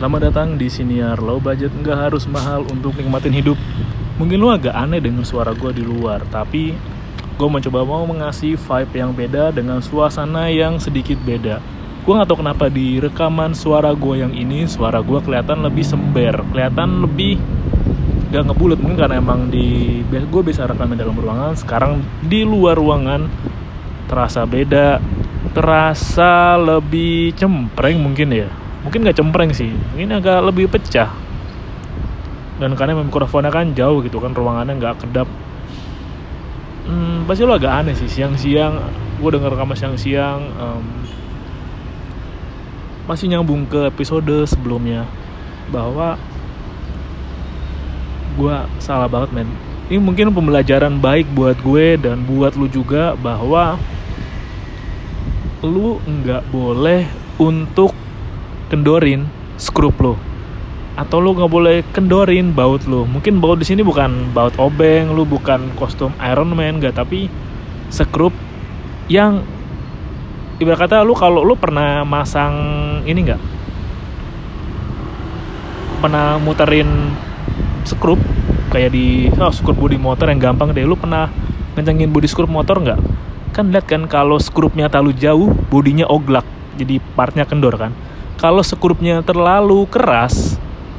Selamat datang di Siniar Low Budget, nggak harus mahal untuk nikmatin hidup. Mungkin lu agak aneh dengan suara gue di luar, tapi gue mau mengasih vibe yang beda dengan suasana yang sedikit beda. Gue gak tahu kenapa di rekaman suara gue yang ini, suara gue kelihatan lebih sember, kelihatan lebih gak ngebulet. Mungkin karena emang gue bisa rekaman dalam ruangan, sekarang di luar ruangan terasa beda, terasa lebih cempreng mungkin ya. Mungkin gak cempreng sih, mungkin agak lebih pecah. Dan karena mikrofonnya kan jauh gitu kan, ruangannya gak kedap. Pasti lo agak aneh sih, siang-siang gue denger rekaman siang-siang. Masih nyambung ke episode sebelumnya, bahwa gue salah banget men. Ini mungkin pembelajaran baik buat gue dan buat lu juga, bahwa lu gak boleh untuk kendorin skrup lo, atau lu nggak boleh kendorin baut lo. Mungkin baut di sini bukan baut obeng, lu bukan kostum Iron Man nggak, tapi skrup yang ibarat kata kalau lu pernah masang ini nggak, pernah muterin skrup kayak di skrup bodi motor yang gampang deh, lu pernah kencengin bodi skrup motor nggak? Kan lihat kan, kalau skrupnya terlalu jauh bodinya oglak, jadi partnya kendor kan. Kalau skrupnya terlalu keras,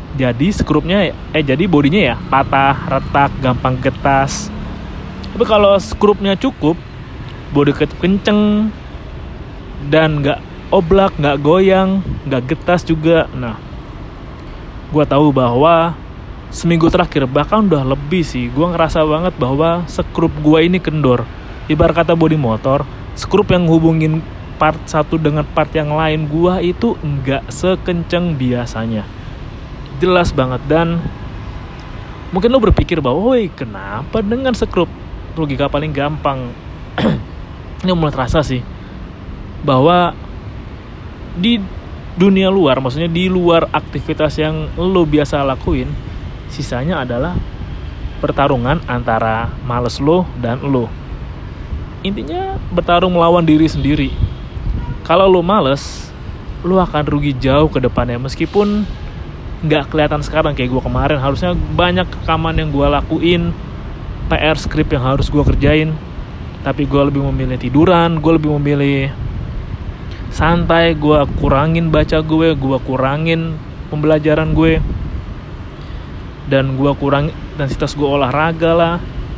jadi bodinya ya patah, retak, gampang getas. Tapi kalau skrupnya cukup, bodi kenceng dan nggak oblak, nggak goyang, nggak getas juga. Nah, gue tahu bahwa seminggu terakhir, bahkan udah lebih sih, gue ngerasa banget bahwa skrup gue ini kendor. Ibarat kata bodi motor, skrup yang hubungin part satu dengan part yang lain gua itu enggak sekenceng biasanya, jelas banget. Dan mungkin lo berpikir bahwa, woi kenapa dengan skrup? Logika paling gampang ini mulai terasa sih, bahwa di dunia luar, maksudnya di luar aktivitas yang lo biasa lakuin, sisanya adalah pertarungan antara males lo dan lo. Intinya bertarung melawan diri sendiri. Kalau lo males, lo akan rugi jauh ke depannya. Meskipun gak kelihatan sekarang kayak gue kemarin, harusnya banyak rekaman yang gue lakuin, PR skrip yang harus gue kerjain, tapi gue lebih memilih tiduran, gue lebih memilih santai, gue kurangin baca gue kurangin pembelajaran gue, dan gue kurangin intensitas gue olahraga lah.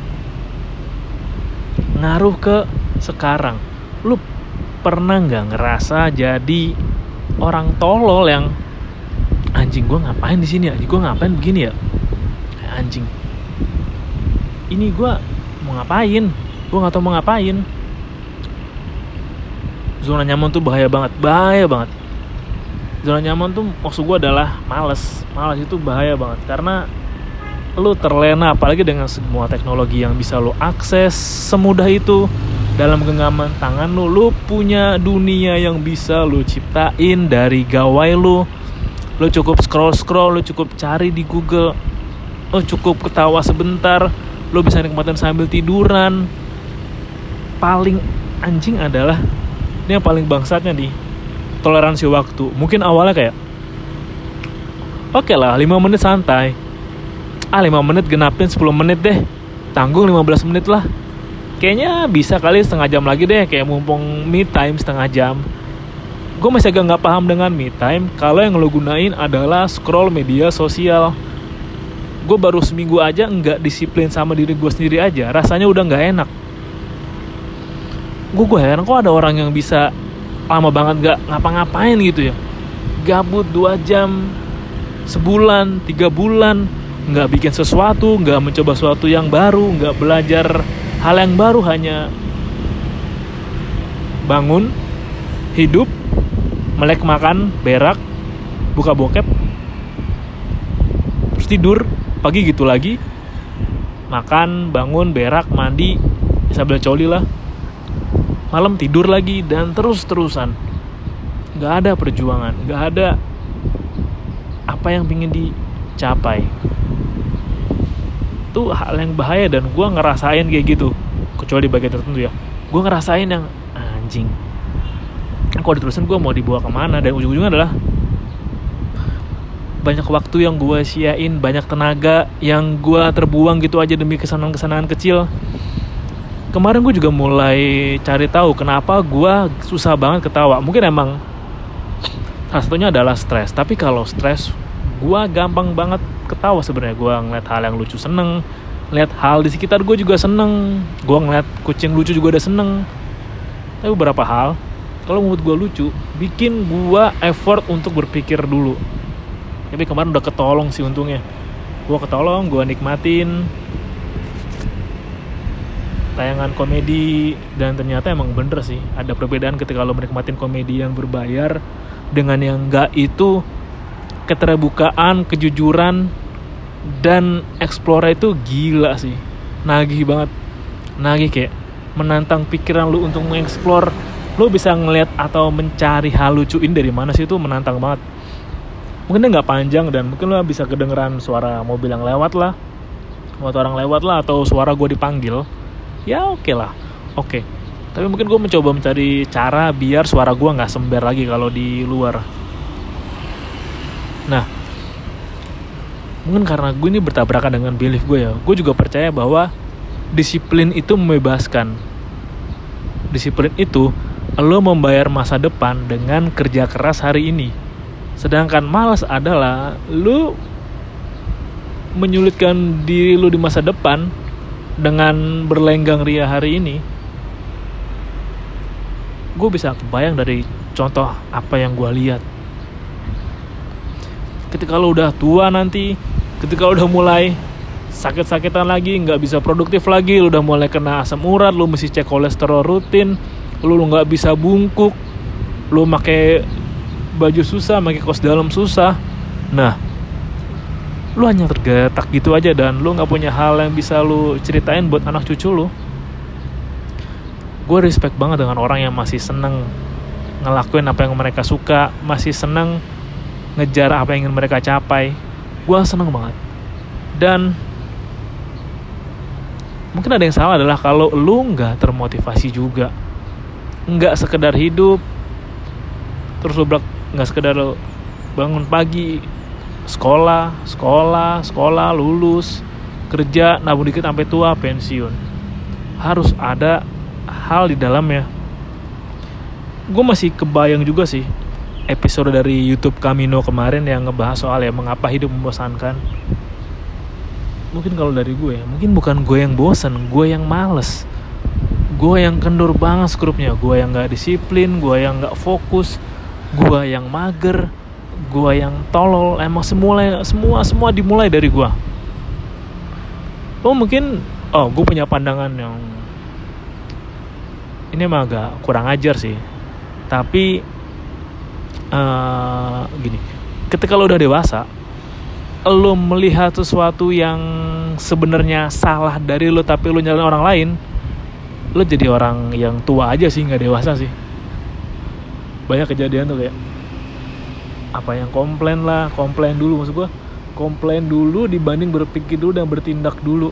Ngaruh ke sekarang. Lu pernah gak ngerasa jadi orang tolol yang anjing, gue ngapain di sini ya? Gue ngapain begini ya? Anjing, ini gue mau ngapain? Gue nggak tahu mau ngapain. Zona nyaman tuh bahaya banget. Zona nyaman tuh maksud gue adalah malas itu bahaya banget, karena lu terlena apalagi dengan semua teknologi yang bisa lu akses semudah itu dalam genggaman tangan lu. Lu punya dunia yang bisa lu ciptain dari gawai lu. Lu cukup scroll, lu cukup cari di Google, lu cukup ketawa sebentar, lu bisa nikmatin sambil tiduran. Paling anjing adalah, ini yang paling bangsatnya nih, toleransi waktu. Mungkin awalnya kayak oke lah 5 menit santai, 5 menit genapin 10 menit deh, tanggung 15 menit lah, kayaknya bisa kali setengah jam lagi deh, kayak mumpung me time setengah jam. Gue masih agak gak paham dengan me time kalau yang lo gunain adalah scroll media sosial. Gue baru seminggu aja gak disiplin sama diri gue sendiri aja, rasanya udah gak enak. Gue heran kok ada orang yang bisa lama banget gak ngapa-ngapain gitu ya. Gabut 2 jam, sebulan, 3 bulan, gak bikin sesuatu, gak mencoba sesuatu yang baru, gak belajar hal yang baru, hanya bangun, hidup, melek, makan, berak, buka bokep, terus tidur, pagi gitu lagi, makan, bangun, berak, mandi, sambil coli lah, malam tidur lagi, dan terus-terusan. Gak ada perjuangan, gak ada apa yang pengen dicapai. Itu hal yang bahaya, dan gue ngerasain kayak gitu. Kecuali bagian tertentu ya, gue ngerasain yang anjing, kalau diterusin gue mau dibawa kemana. Dan ujung-ujungnya adalah banyak waktu yang gue siain, banyak tenaga yang gue terbuang gitu aja demi kesenangan-kesenangan kecil. Kemarin gue juga mulai cari tahu kenapa gue susah banget ketawa. Mungkin emang salah satunya adalah stres. Tapi kalau stres, gue gampang banget ketawa sebenarnya. Gue ngeliat hal yang lucu seneng, ngeliat hal di sekitar gue juga seneng. Gue ngeliat kucing lucu juga udah seneng. Tapi beberapa hal, kalau menurut gue lucu, bikin gue effort untuk berpikir dulu. Tapi kemarin udah ketolong sih untungnya. Gue ketolong, gue nikmatin tayangan komedi. Dan ternyata emang bener sih, ada perbedaan ketika lo menikmatin komedi yang berbayar dengan yang enggak. Itu keterbukaan, kejujuran, dan explore itu gila sih. Nagih banget. Nagih, kayak menantang pikiran lu untuk mengeksplor. Lu bisa ngeliat atau mencari hal lucuin dari mana sih, itu menantang banget. Mungkin dia gak panjang dan mungkin lu bisa kedengeran suara mobil yang lewat lah, atau orang lewat lah, atau suara gue dipanggil. Ya oke lah, oke. Tapi mungkin gue mencoba mencari cara biar suara gue gak sember lagi kalau di luar. Nah, mungkin karena gue ini bertabrakan dengan belief gue ya. Gue juga percaya bahwa disiplin itu membebaskan. Disiplin itu lo membayar masa depan dengan kerja keras hari ini. Sedangkan malas adalah lo menyulitkan diri lo di masa depan dengan berlenggang ria hari ini. Gue bisa kebayang dari contoh apa yang gue lihat. Ketika lo udah tua nanti, ketika lo udah mulai sakit-sakitan lagi, gak bisa produktif lagi, lo udah mulai kena asam urat, lo mesti cek kolesterol rutin, lo gak bisa bungkuk, lo pakai baju susah, pakai kaos dalam susah. Nah, lo hanya tergetak gitu aja dan lo gak punya hal yang bisa lo ceritain buat anak cucu lo. Gue respect banget dengan orang yang masih seneng ngelakuin apa yang mereka suka, masih seneng ngejar apa yang ingin mereka capai. Gue seneng banget. Dan mungkin ada yang salah adalah kalau lu gak termotivasi juga, gak sekedar hidup terus lu gak sekedar lu bangun pagi, sekolah, lulus, kerja, nabung dikit sampai tua, pensiun. Harus ada hal di dalamnya. Gue masih kebayang juga sih episode dari YouTube Camino kemarin yang ngebahas soal ya mengapa hidup membosankan. Mungkin kalau dari gue, mungkin bukan gue yang bosan, gue yang males, gue yang kendur banget skrupnya, gue yang gak disiplin, gue yang gak fokus, gue yang mager, gue yang tolol. Emang semua dimulai dari gue. Mungkin gue punya pandangan yang ini emang agak kurang ajar sih. Tapi gini, ketika lo udah dewasa, lo melihat sesuatu yang sebenarnya salah dari lo tapi lo nyalain orang lain, lo jadi orang yang tua aja sih, nggak dewasa sih. Banyak kejadian tuh kayak apa yang komplain dulu, maksud gue komplain dulu dibanding berpikir dulu dan bertindak dulu.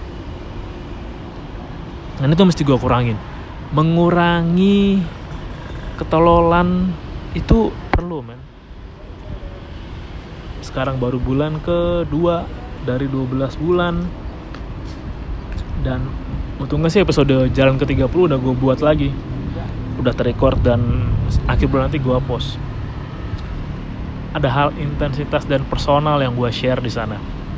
Dan itu mesti gue kurangin. Mengurangi ketololan itu perlu, men. Sekarang baru bulan kedua dari 12 bulan. Dan untungnya sih episode jalan ke-30 udah gue buat lagi, udah terrecord dan akhir bulan nanti gue post. Ada hal intensitas dan personal yang gue share di sana.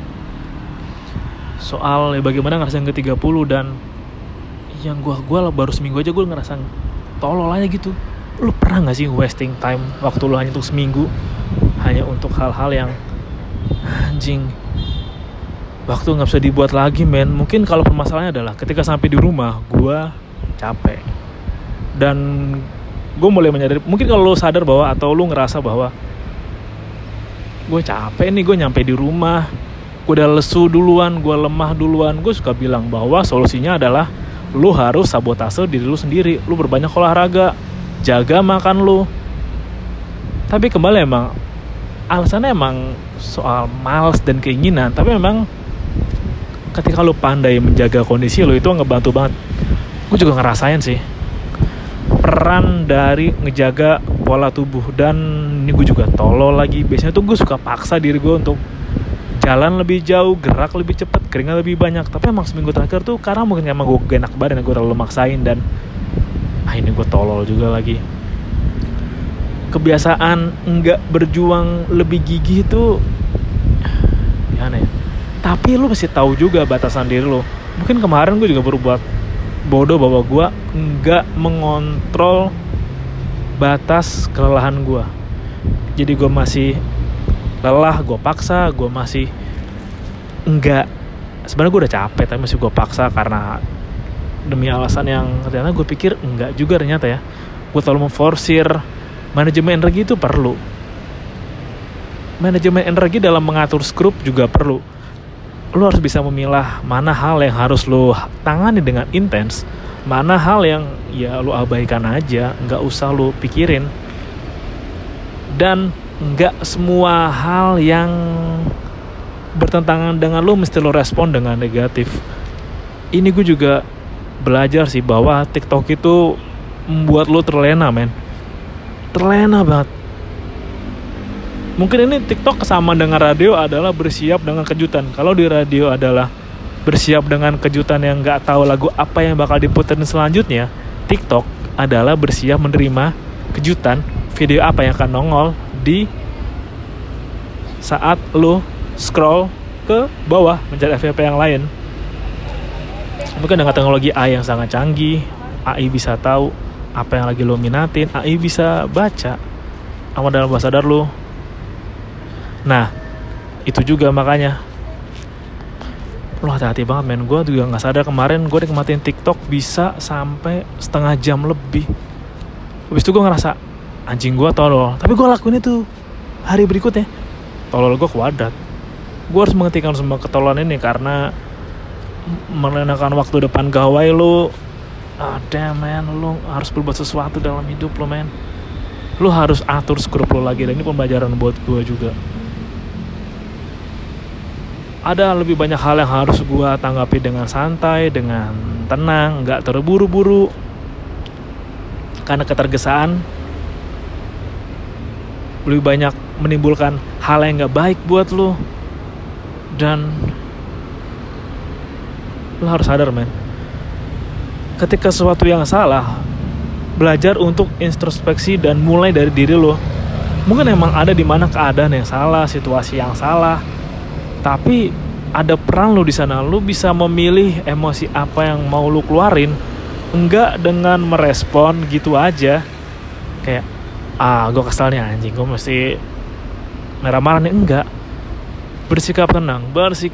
Soal bagaimana ngerasain ke-30 dan yang gue baru seminggu aja gue ngerasa tolol aja gitu. Lu pernah gak sih wasting time waktu lu hanya untuk seminggu hanya untuk hal-hal yang anjing, waktu gak bisa dibuat lagi, men. Mungkin kalau permasalahannya adalah ketika sampai di rumah gue capek dan gue mulai menyadari, mungkin kalau lu sadar bahwa atau lu ngerasa bahwa gue capek nih, gue nyampe di rumah gue udah lesu duluan, gue lemah duluan, gue suka bilang bahwa solusinya adalah lu harus sabotase diri lu sendiri. Lu berbanyak olahraga, jaga makan lu. Tapi kembali emang alasannya emang soal malas dan keinginan. Tapi memang ketika lu pandai menjaga kondisi lu, itu ngebantu banget. Gue juga ngerasain sih peran dari ngejaga pola tubuh dan ini gue juga tolol lagi. Biasanya tuh gue suka paksa diri gue untuk jalan lebih jauh, gerak lebih cepat, keringat lebih banyak. Tapi emang seminggu terakhir tuh karena mungkin emang gue gak enak badan, gue terlalu maksain. Dan ini gue tolol juga lagi. Kebiasaan nggak berjuang lebih gigih itu gimana ya? Tapi lu mesti tahu juga batasan diri lu. Mungkin kemarin gue juga berbuat bodoh bahwa gue nggak mengontrol batas kelelahan gue. Jadi gue masih lelah, gue paksa, gue masih enggak. Sebenarnya gue udah capek tapi masih gue paksa karena demi alasan yang ternyata gue pikir enggak juga ternyata ya. Gue terlalu memforsir. Manajemen energi itu perlu. Manajemen energi dalam mengatur skrup juga perlu. Lu harus bisa memilah mana hal yang harus lu tangani dengan intens, mana hal yang ya lu abaikan aja, nggak usah lu pikirin. Dan nggak semua hal yang bertentangan dengan lu mesti lu respon dengan negatif. Ini gue juga belajar sih bahwa TikTok itu membuat lu terlena, men. Terlena banget. Mungkin ini TikTok sama dengan radio adalah bersiap dengan kejutan. Kalau di radio adalah bersiap dengan kejutan yang gak tahu lagu apa yang bakal diputerin selanjutnya, TikTok adalah bersiap menerima kejutan video apa yang akan nongol di saat lo scroll ke bawah mencari FYP yang lain. Mungkin dengan teknologi AI yang sangat canggih, AI bisa tahu apa yang lagi lo minatin, AI bisa baca apa dalam bahasa sadar lo. Nah, itu juga makanya lo hati-hati banget, men. Gue juga gak sadar kemarin gue nikmatin TikTok bisa sampai setengah jam lebih. Habis itu gue ngerasa anjing gue tolol. Tapi gue lakuin itu hari berikutnya, tolol gue kuadrat. Gue harus menghentikan semua ketololan ini karena melenakan waktu depan gawai lo. Damn, man, lo harus berbuat sesuatu dalam hidup lo, man. Lo harus atur skrup lo lagi. Dan ini pembelajaran buat gue juga. Ada lebih banyak hal yang harus gue tanggapi dengan santai, dengan tenang, gak terburu-buru. Karena ketergesaan lebih banyak menimbulkan hal yang gak baik buat lo. Dan lo harus sadar, man, ketika sesuatu yang salah, belajar untuk introspeksi dan mulai dari diri lo. Mungkin emang ada di mana keadaan yang salah, situasi yang salah, tapi ada peran lo di sana. Lo bisa memilih emosi apa yang mau lo keluarin, enggak dengan merespon gitu aja. Kayak, gue kesel nih anjing, gue mesti marah-marah nih. Enggak. Bersikap tenang.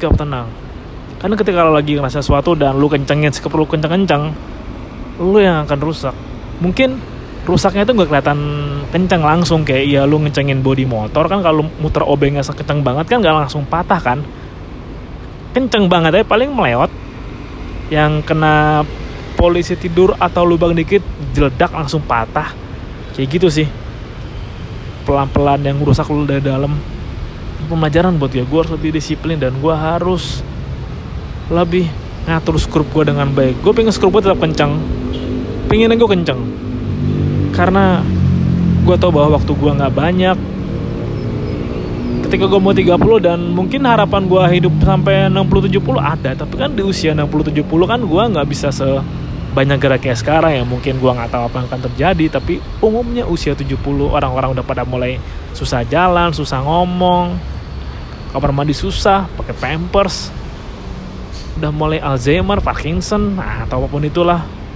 Karena ketika lo lagi ngerasa sesuatu dan lo kencengin sikap lo kenceng-kenceng, lo yang akan rusak. Mungkin rusaknya itu gak kelihatan kenceng langsung, kayak ya lo ngencengin bodi motor kan, kalau muter obengnya kenceng banget kan gak langsung patah kan. Kenceng banget aja paling melewat. Yang kena polisi tidur atau lubang dikit jeledak langsung patah. Kayak gitu sih. Pelan-pelan yang merusak lo dari dalam. Pembelajaran buat gue harus lebih disiplin dan gue harus lebih ngatur skrup gue dengan baik. Gue pengen skrup gue tetap kencang, pengennya gue kencang, karena gue tau bahwa waktu gue gak banyak. Ketika gue mau 30 dan mungkin harapan gue hidup sampai 60-70 ada, tapi kan di usia 60-70 kan gue gak bisa sebanyak geraknya sekarang ya. Mungkin gue gak tahu apa yang akan terjadi, tapi umumnya usia 70 orang-orang udah pada mulai susah jalan, susah ngomong, kamar mandi susah, pakai pampers, udah mulai Alzheimer, Parkinson, atau apapun itulah,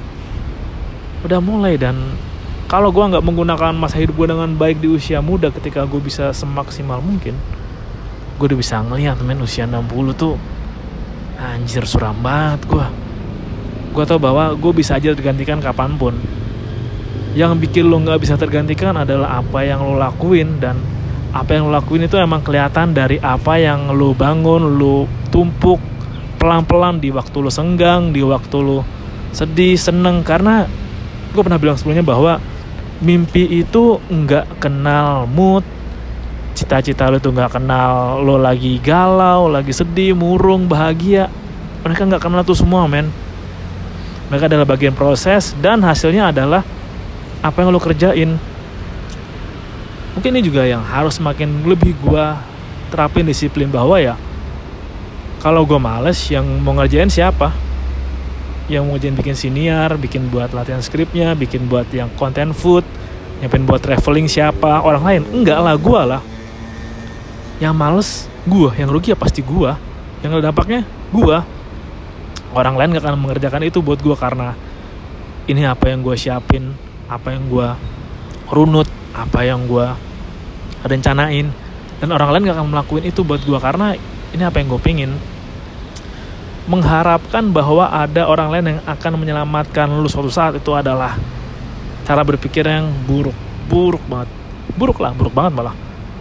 udah mulai. Dan kalau gue nggak menggunakan masa hidup gue dengan baik di usia muda, ketika gue bisa semaksimal mungkin, gue udah bisa ngeliat, men, usia 60 tuh anjir suram banget. Gue tau bahwa gue bisa aja tergantikan kapanpun. Yang bikin lo nggak bisa tergantikan adalah apa yang lo lakuin, dan apa yang lo lakuin itu emang kelihatan dari apa yang lo bangun, lo tumpuk pelan-pelan di waktu lo senggang, di waktu lo sedih, seneng. Karena gue pernah bilang sebelumnya bahwa mimpi itu nggak kenal mood, cita-cita lo tuh nggak kenal lo lagi galau, lagi sedih, murung, bahagia. Mereka nggak kenal tuh semua, men. Mereka adalah bagian proses dan hasilnya adalah apa yang lo kerjain. mungkin ini juga yang harus makin lebih gue terapin disiplin, bahwa ya kalau gue males, yang mau ngerjain siapa? Yang mau ngerjain bikin siniar, bikin buat latihan skripnya, bikin buat yang content food, nyiapin buat traveling siapa? Orang lain? Enggak lah, gue lah. Yang males gue, yang rugi ya pasti gue, yang ada dampaknya gue. Orang lain gak akan mengerjakan itu buat gue, karena ini apa yang gue siapin, apa yang gue runut, apa yang gue rencanain. Dan orang lain gak akan melakuin itu buat gue, karena ini apa yang gue pingin. Mengharapkan bahwa ada orang lain yang akan menyelamatkan lu suatu saat, itu adalah cara berpikir yang buruk banget. Buruk banget malah.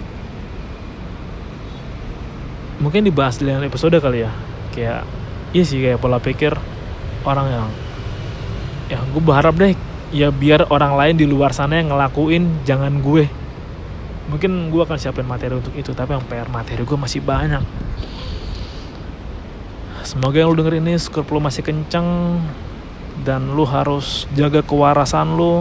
Mungkin dibahas di lain episode kali ya. Kayak iya sih, kayak pola pikir orang yang ya gue berharap deh ya biar orang lain di luar sana yang ngelakuin, jangan gue. Mungkin gue akan siapin materi untuk itu, tapi yang PR materi gue masih banyak. Semoga yang lu denger ini script lu masih kenceng, dan lu harus jaga kewarasan lu.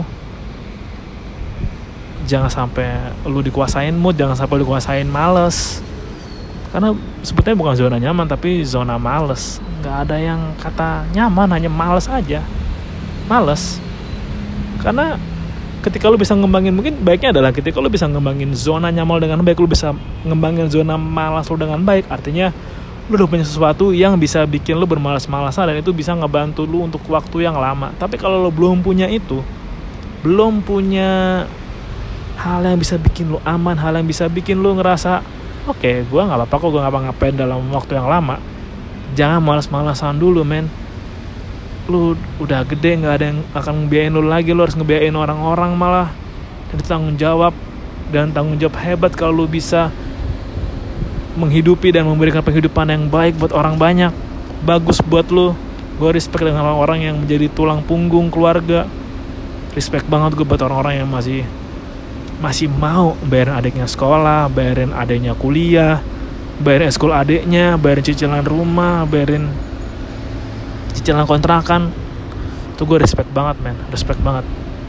Jangan sampai lu dikuasain mood, jangan sampai lu dikuasain males. Karena sebetulnya bukan zona nyaman, tapi zona males. Gak ada yang kata nyaman, hanya males aja. Males. Karena ketika lu bisa ngembangin, mungkin baiknya adalah ketika lu bisa ngembangin zona nyaman dengan baik, lu bisa ngembangin zona malas lu dengan baik. Artinya lu udah punya sesuatu yang bisa bikin lu bermalas-malasan, dan itu bisa ngebantu lu untuk waktu yang lama. Tapi kalau lu belum punya itu, belum punya hal yang bisa bikin lu aman, hal yang bisa bikin lu ngerasa oke, gue gak apa-apa kok, gue ngapa-ngapain dalam waktu yang lama. Jangan malas-malasan dulu, men. Lu udah gede, gak ada yang akan ngebiayain lu lagi. Lu harus ngebiayain orang-orang malah. Dan itu tanggung jawab. Dan tanggung jawab hebat kalau lu bisa menghidupi dan memberikan penghidupan yang baik buat orang banyak. Bagus buat lu. Gue respect dengan orang-orang yang menjadi tulang punggung keluarga. Respect banget gue buat orang-orang yang masih mau bayarin adiknya sekolah, bayarin adiknya kuliah, bayarin eskul adiknya, bayarin cicilan rumah, bayarin cicilan kontrakan. Itu gue respect banget, men. Respect banget.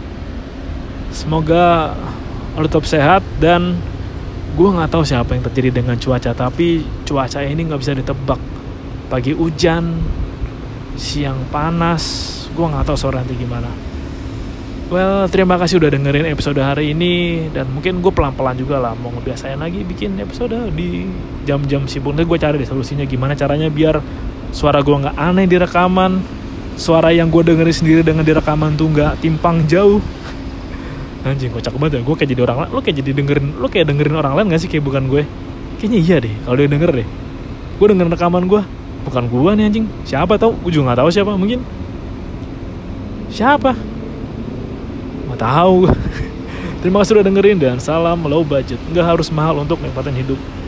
Semoga lu tetap sehat. Dan gue gak tahu siapa yang terjadi dengan cuaca, tapi cuaca ini gak bisa ditebak. Pagi hujan, siang panas, gue gak tahu sore nanti gimana. Well, terima kasih udah dengerin episode hari ini. Dan mungkin gue pelan-pelan juga lah mau ngebiasain lagi bikin episode di jam-jam sibuk. Nanti gue cari deh solusinya gimana caranya biar suara gue gak aneh di rekaman, suara yang gue dengerin sendiri dengan di rekaman tuh gak timpang jauh. Anjing, kocak banget ya. Gue kayak jadi orang lain. Lu kayak dengerin orang lain gak sih? Kayak bukan gue. Kayaknya iya deh kalau dia denger deh. Gue dengerin rekaman gue, bukan gue nih anjing. Siapa tau? Gue juga gak tahu siapa. Mungkin siapa? Tahu. Terima kasih sudah dengerin, dan salam low budget. Nggak harus mahal untuk nikmatin hidup.